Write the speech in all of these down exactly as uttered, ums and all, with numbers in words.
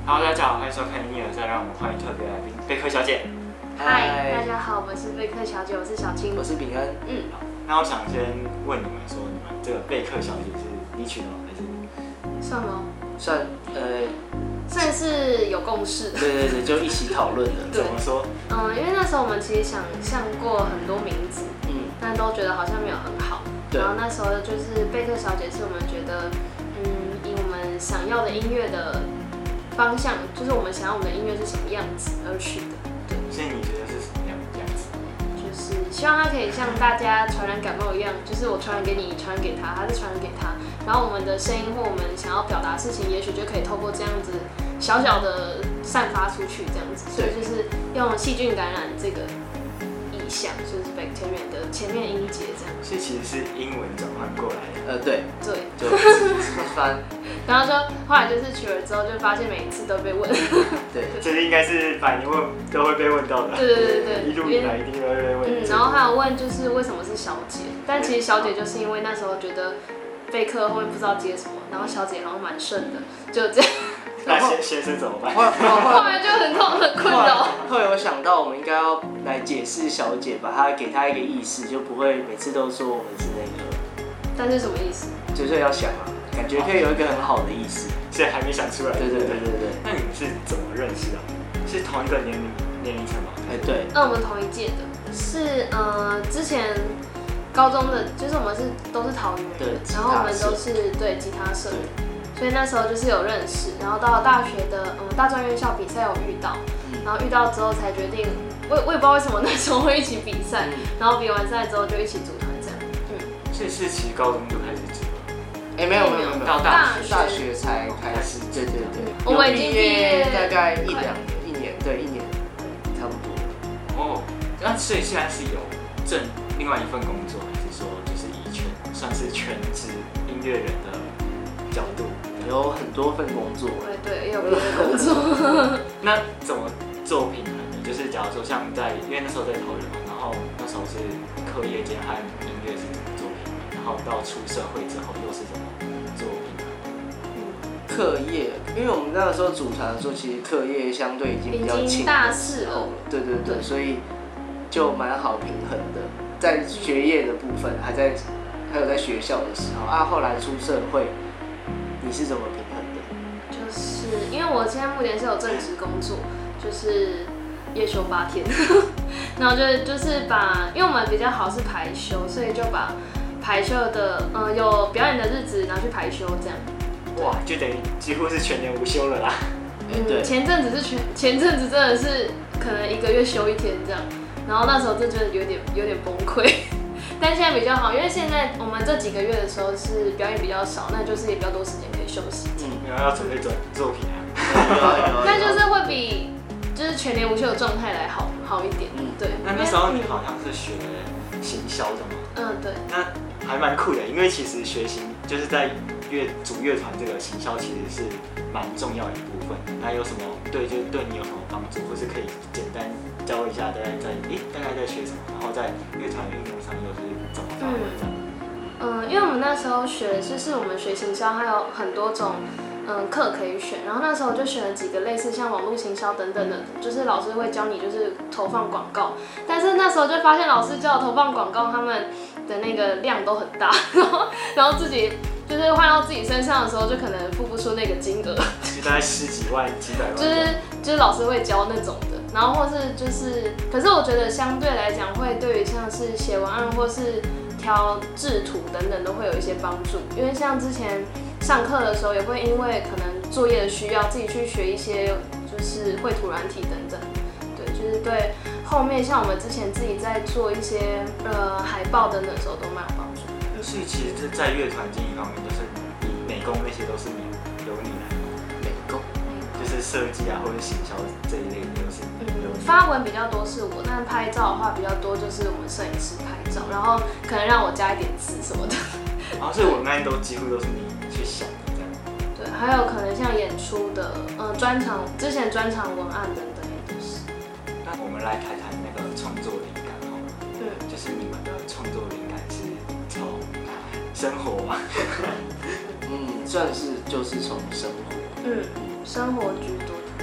Hello， 大家好，欢迎收看音乐再让我们欢迎特别来宾贝克小姐。 嗨，大家好，我是贝克小姐，我是小青， 我是秉恩。 嗯， 那我想先问你们说，你们这个贝克小姐是你取的吗？还是算吗？ 算呃， 算是有共识。 对对对，就一起讨论的。 怎么说？ 嗯，因为那时候我们其实想象过很多名字， 嗯， 但都觉得好像没有很好。然后那时候就是贝克小姐是我们觉得，嗯，以我们想要的音乐的方向，就是我们想要我们的音乐是什么样子而取的。对， 所以你觉得是什么样的样子？ 就是希望它可以像大家传染感冒一样，就是我传染给你，传染给他，他是传染给他，然后我们的声音或我们想要表达的事情，也许就可以透过这样子小小的散发出去，这样子。所以就是用细菌感染这个意象，就是 bacterium 的前面音节这样。 所以其实是英文转换过来的。 呃，对对， 就翻。 然后就后来就是取了之后，就发现每一次都被问。 对， 这个应该是百年问都会被问到的。 对对对对， 一路以来一定都会被问。 嗯，然后还有问就是为什么是小姐，但其实小姐就是因为那时候觉得备课后面不知道接什么，然后小姐好像蛮顺的，就这样。 那先先生怎么办？ 后来后来就很痛很困扰。 后来我想到，我们应该要来解释小姐，把她给她一个意思，就不会每次都说我们是那个。 但是什么意思？ 就是要想啊，感觉可以有一个很好的意思。 所以还没想出来。 对对对对对。 那你们是怎么认识的？是同一个年龄年龄层吗？ 哎，对。 那我们同一届的，是呃之前高中的，就是我们是都是桃园人，然后我们都是对吉他社，所以那时候就是有认识，然后到了大学的嗯大专院校比赛有遇到，然后遇到之后才决定，我我也不知道为什么那时候会一起比赛，然后比完赛之后就一起组团这样。嗯， 所以是其实高中就开始组了。 哎，没有没有没有， 到大学大学才开始。对对对， 我们已经毕业大概一两年，一年对一年，差不多。 哦，那所以现在是有正另外一份工作，还是说就是以全算是全职音乐人的角度？ 有很多份工作。 对对，也有别的工作。 那怎么做平衡呢？就是假如说像在，因为那时候在桃园嘛，然后那时候是课业间和音乐是怎么做平衡，然后到出社会之后又是怎么做平衡？ 课业，因为我们那个时候组团的时候，其实课业相对已经比较轻大四了。 对对对，所以就蛮好平衡的。在学业的部分，还在还有在学校的时候啊，后来出社会，你是怎么平衡的？ 就是因为我现在目前是有正职工作，就是夜休八天，然后就就是把，因为我们比较好是排休，所以就把排休的嗯、呃、有表演的日子拿去排休这样。 哇，就等于几乎是全年无休了啦。 嗯，对，前阵子是全前阵子真的是可能一个月休一天这样，然后那时候就觉得有点有点崩溃，但现在比较好，因为现在我们这几个月的时候是表演比较少，那就是也比较多时间可以休息。 嗯，然后要准备作作品啊。 那就是会比就是全年无休的状态来好好一点。嗯，对。 那那时候你好像是学行销的嘛？ 嗯，对。 那还蛮酷的，因为其实学行就是在乐组乐团这个行销其实是蛮重要的一部分。那有什么对就是对你有什么帮助，或是可以简单教一下大概在诶、欸、大概在学什么，然后在乐团运用上又是怎么发挥这样？ 嗯，因为我们那时候学的就是我们学行销，还有很多种嗯课可以选，然后那时候就选了几个类似像网络行销等等的，就是老师会教你就是投放广告，但是那时候就发现老师教我投放广告，他们的那个量都很大，然后然后自己就是换到自己身上的时候，就可能付不出那个金额， 就大概十几万、几百万， 就是就是老师会教那种的，然后或是就是，可是我觉得相对来讲，会对于像是写文案或是挑制图等等都会有一些帮助，因为像之前上课的时候，也会因为可能作业的需要，自己去学一些就是绘图软体等等，对，就是对后面像我们之前自己在做一些呃海报等等的时候都蛮有帮助。 所以其实，在乐团经营方面，就是你美工那些都是你由你来美工， 就是设计啊或者行销这一类的都是由你。 发文比较多是我，但拍照的话比较多就是我们摄影师拍照，然后可能让我加一点字什么的。 然后所以文案都几乎都是你去想的这样。 对，还有可能像演出的，呃，专场之前专场文案等等也都是。 那我们来谈谈那个创作灵感好了。 嗯， 就是你们的创作灵感是从生活吗？ 嗯，算是就是从生活。 嗯，生活居多。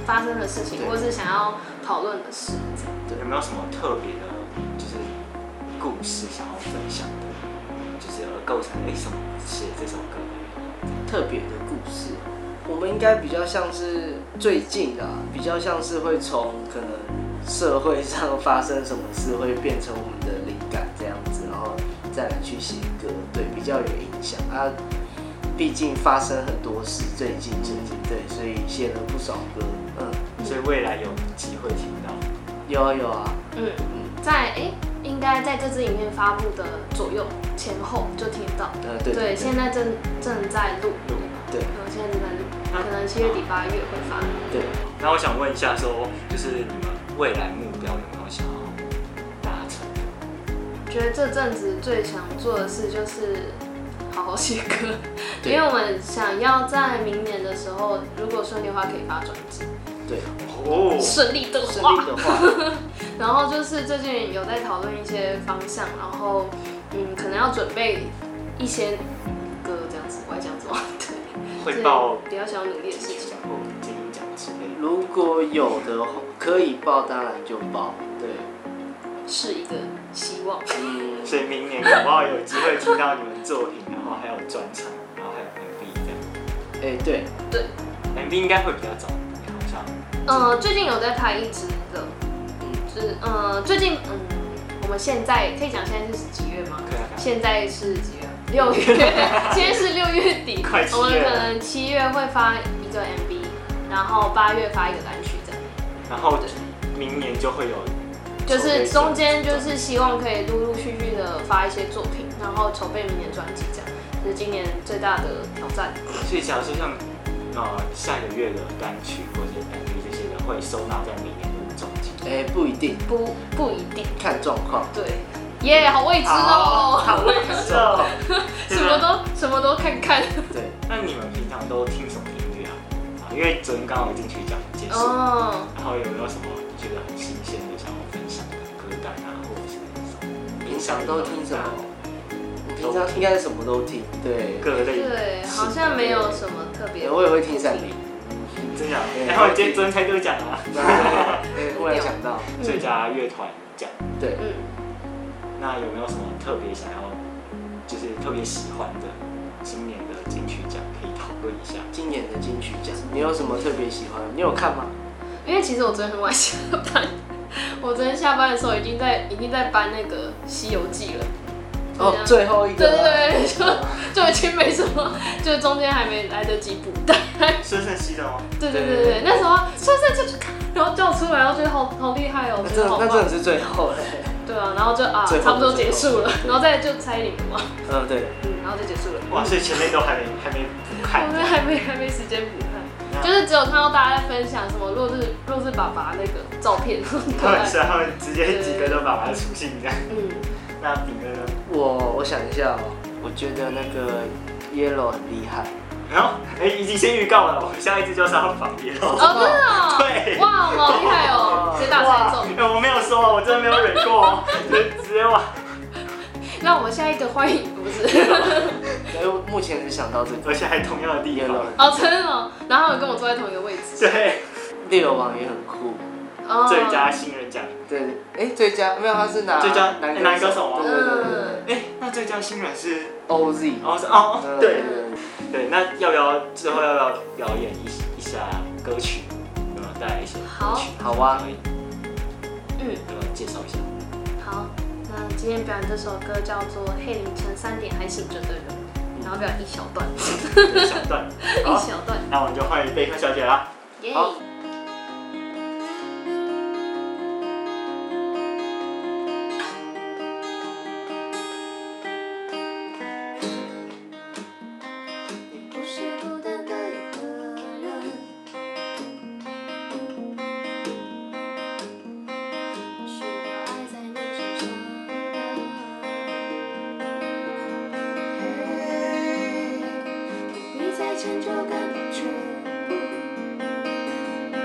发生的事情， 对或是想要讨论的事。 有没有什么特别的，就是故事想要分享的？就是而构成哎什么写这首歌的？ 特别的故事，我们应该比较像是最近的、啊，比较像是会从可能社会上发生什么事，会变成我们的灵感这样子，然后再来去写歌，对，比较有影响啊。毕竟发生很多事，最近最近对，所以写了不少歌，嗯， 所以未来有机会听到。 有啊有啊， 嗯嗯，在哎、欸，应该在这支影片发布的左右前后就听到。 呃对对，现在正正在录， 录对， 嗯，现在正在录，可能七月底八月会发。 对。 那我想问一下说，就是你们未来目标有没有想要达成的？ 觉得这阵子最想做的事就是好好写歌，因对为我们想要在明年的时候，如果顺利的话，可以发专辑。 对， 哦， 顺利的顺话， 利的话， 然后就是最近有在讨论一些方向，然后嗯，可能要准备一些歌这样子，我还讲什么？对， 会报比较想要努力的事情。 或金鹰奖之类的。 如果有的话可以报，当然就报。对， 是一个希望。 嗯， 所以明年搞不好有机会听到你们作品，然后还有专场，然后还有 M V 这样。 哎、对， 对， M V 应该会比较早，好像。 呃，最近有在拍一支的， 嗯， 就是呃，最近嗯，我们现在可以讲现在是几月吗？ 可以啊。 现在是几月？六月，今天是六月底， 快七月了我们可能七月会发一个 M V， 然后八月发一个单曲这样。 然后明年就会有， 就是中间就是希望可以陆陆续续的发一些作品，然后筹备明年专辑这样，这是今年最大的挑战。 所以假如说像呃下个月的单曲或者 M V 这些的，会收纳在明年的专辑。 哎、不一定， 不不一定， 看状况。 对，耶、好未知哦， 好未知哦。 什么都什么都看看。 对， 那你们平常都听什么音乐啊？啊，因为昨天刚好有金曲奖结束， 哦， 然后有没有什么你觉得很新鲜的想要分享的歌单啊，或者是那种平常都听什么？我平常应该什么都听，对， 各类？ 对，好像没有什么特别。 我也会听闪灵。 真的啊。 对然后你今天昨天才得奖啊， 对，忽然想到， 最佳乐团奖。 对， 嗯， 那有没有什么特别想要，就是特别喜欢的今年的金曲奖可以讨论一下？ 今年的金曲奖，你有什么特别喜欢？你有看吗？ 因为其实我昨天很晚下班，我昨天下班的时候已经在已经在搬那个《西游记》了。 哦，最后一个。 对对对，就就已经没什么，就中间还没来得及补带。 孙盛熙的吗？ 对对对对，那时候孙盛就去看，然后叫出来，然后觉得好好厉害哦， 那真的觉得好棒。 那真的是最后嘞。 对啊，然后就啊， 最后差不多结束了，然后再就蔡依林了嘛， 嗯，对。 嗯，然后就结束了。 哇，所以前面都还没还没补看我。们还没还没时间补看，就是只有看到大家在分享什么落日落日爸爸那个照片， 他们是他们直接几个都把它出信这样。 嗯， 那炳哥呢？ 我我想一下哦，我觉得那个 Yellow 很厉害。 然后哎，已经先预告了，我下一支就是要仿耶哦， 喽。 真的哦， 对哇，好厉害哦，谁打猜中？ 哎我没有说，我真的没有忍过，就直接哇。 那我们下一个欢迎不是？ 哎，目前只想到这个而且还同样的地方。 Yellow， 哦，真的哦，然后他们跟我坐在同一个位置。 对， 猎王也很酷。 哦最佳新人奖。 对，哎，最佳没有，他是拿最佳男男歌手吗对对对对哎，那最佳新人是 ，O Z。 哦是哦嗯对对，那要不要之后要不要表演一一下歌曲？有没有带来一些歌曲？ 好啊可以， 嗯， 要不要介绍一下？ 好，那今天表演这首歌叫做《黑凌晨三点还醒着的人》，然后表演一小段， 一小段。 一好， 小段， 那我们就欢迎贝克小姐啦。 耶、 好你不是孤单的一个人，需要爱在你身上嘿，不必再迁就感到全部，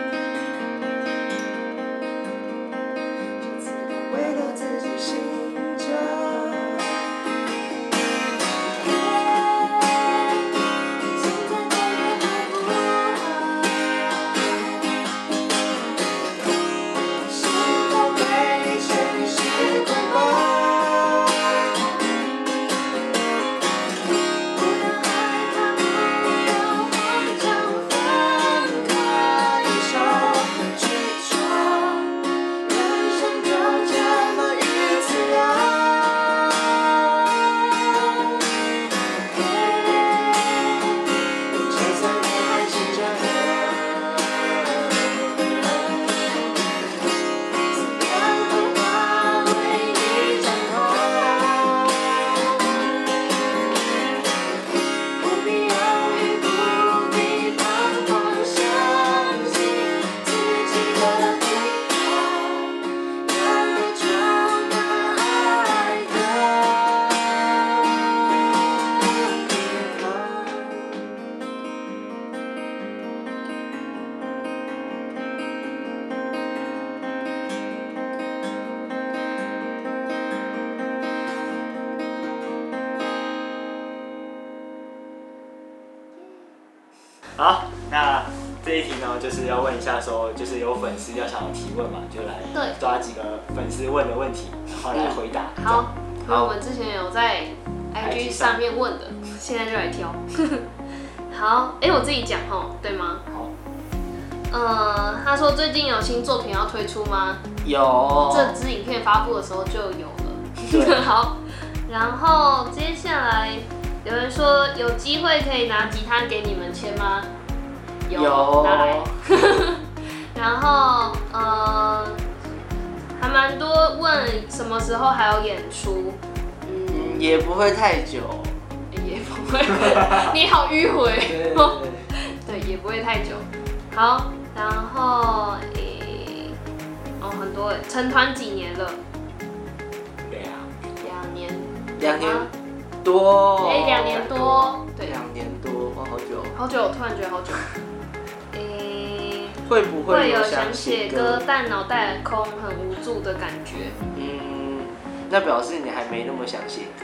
好，那这一题呢，就是要问一下说，就是有粉丝要想要提问嘛，就来对抓几个粉丝问的问题，然后来回答。 好，因为我们之前有在 I G 上面问的，现在就来挑。好，哎、欸，我自己讲吼，对吗？ 好。 呃，他说最近有新作品要推出吗？ 有。 这支影片发布的时候就有了。 对。 好，然后接下来有人说有机会可以拿吉他给你们签吗？有。 有拿来。然后呃，还蛮多问什么时候还有演出？ 嗯，也不会太久。 也不会，你好迂回。 对, 对，也不会太久。好，然后诶、欸，哦，很多诶，成团几年了？ 对啊， 两年。 两年多。 哎、欸，两年多。对， 两年多，哇，好久。 好久，我突然觉得好久。诶、欸， 会不会会有想想写歌，但脑袋很空，很无助的感觉？ 嗯，那表示你还没那么想写歌。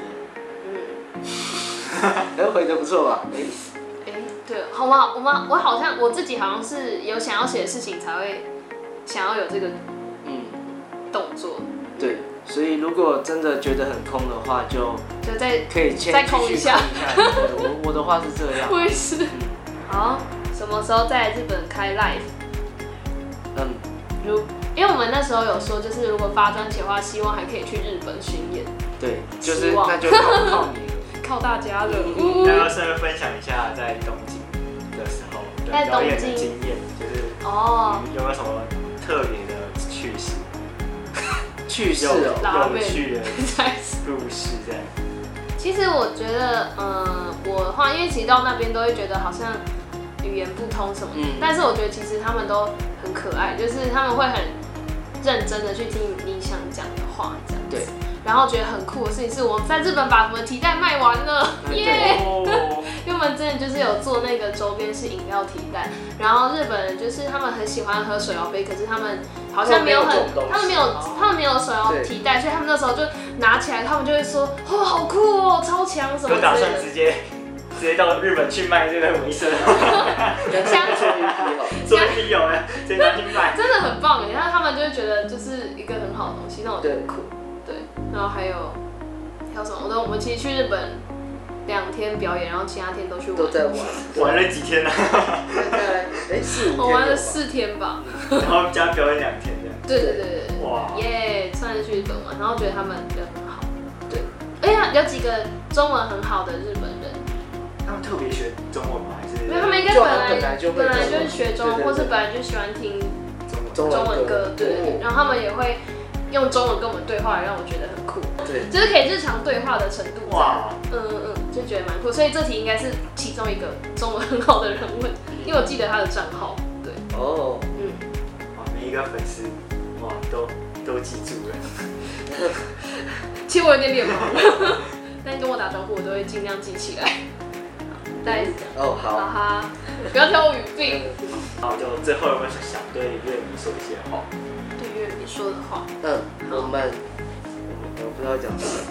嗯。 哎，回得不错吧？哎、 欸欸，对，好吗？我们我好像我自己好像是有想要写的事情才会想要有这个嗯动作。 对，所以如果真的觉得很空的话，就就再可以先再空一下。 对，我我的话是这样。 我也是。嗯、好，什么时候在日本开 live？ 嗯， 如因为我们那时候有说，就是如果发专辑的话，希望还可以去日本巡演。 对，就是那就靠靠你了。 靠大家了。 那要顺便分享一下在东京的时候的表演的经验，就是哦，有没有什么特别的趣事？ 趣事哦， 有趣的故事这样。 其实我觉得，呃，我的话，因为其实到那边都会觉得好像语言不通什么的，嗯、但是我觉得其实他们都很可爱，就是他们会很认真的去听你想讲的话，这样子。对。然后觉得很酷的事情是，我们在日本把我们的提袋卖完了，耶！因为我们之前就是有做那个周边是饮料提袋，然后日本人就是他们很喜欢喝手摇杯，可是他们好像没有很，他们没有，他们没有手摇提袋，所以他们那时候就拿起来，他们就会说，哦，好酷哦，超强什么之类的。 就打算直接直接到日本去卖这个维生， 像做一批好， 做一批有哎，直接拿去卖， 真的很棒哎，然后他们就会觉得就是一个很好的东西，那我觉得很酷。对，然后还有还有什么？我都我们其实去日本两天表演，然后其他天都去玩， 都在玩， 玩了几天呢？ 哎，四五天， 我玩了四天吧， 然后加表演两天这样。 对对对对，哇，耶，算是去日本玩，然后觉得他们人很好，对，而且有几个中文很好的日本人， 他们特别学中文吗？还是？ 因为他们应该本来本来就本来就是学中文，或是本来就喜欢听中文歌，对对对，然后他们也会用中文跟我们对话，让我觉得很酷，对，就是可以日常对话的程度，哇，嗯嗯嗯，就觉得蛮酷，所以这题应该是其中一个中文很好的人问，因为我记得他的账号，对，哦，嗯， 哇，每一个粉丝，哇，都都记住了， 其实我有点脸盲，但跟我打招呼，我都会尽量记起来，大概是这样， 哦，好， 哈哈，不要挑我语病， 好，就最后有没有想对乐迷说一些话？ 对乐迷说的话， 嗯，我们我不知道讲什么。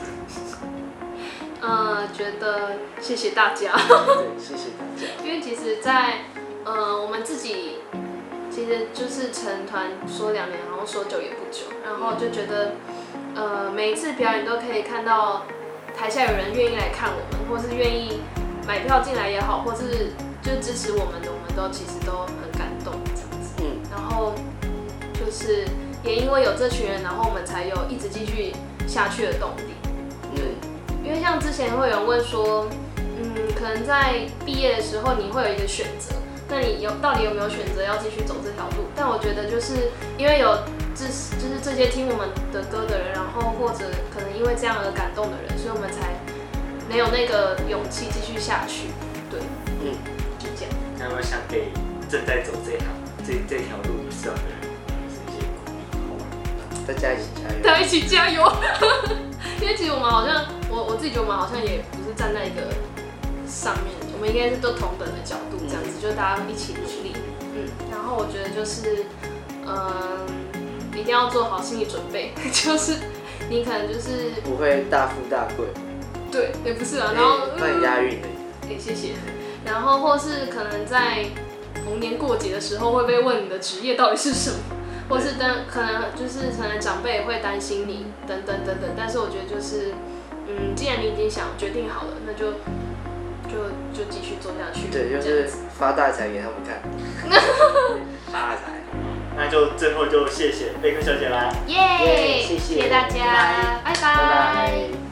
呃，觉得谢谢大家。 对，谢谢大家。 因为其实在，呃，我们自己其实就是成团说两年，然后说久也不久，然后就觉得，呃，每一次表演都可以看到台下有人愿意来看我们，或是愿意买票进来也好，或是就支持我们的，我们都其实都很感动这样子。嗯，然后就是也因为有这群人，然后我们才有一直继续下去的动力。对。因为像之前会有人问说，嗯，可能在毕业的时候你会有一个选择，那你有到底有没有选择要继续走这条路？但我觉得就是因为有支持，就是这些听我们的歌的人，然后或者可能因为这样而感动的人，所以我们才没有那个勇气继续下去。对，嗯，就这样。 那我想给正在走这条这这条路上的人是一些鼓励，好吗？ 大家一起加油！ 大家一起加油！因为其实我们好像，我我自己觉得我们好像也不是站在一个上面，我们应该是都同等的角度这样子，嗯、就是大家一起努力。嗯，然后我觉得就是，嗯，一定要做好心理准备，就是你可能就是不会大富大贵。 对，也不是啊，然后帮你押韵的。 哎、欸，谢谢。 然后或是可能在逢年过节的时候会被问你的职业到底是什么，或是等可能就是可能长辈也会担心你等等等等，但是我觉得就是嗯，既然你已经想决定好了，那就就就继续做下去。 对，就是发大财给他们看。 发大财。那就最后就谢谢贝克小姐啦。 耶， 谢谢谢谢大家，拜拜。 拜拜。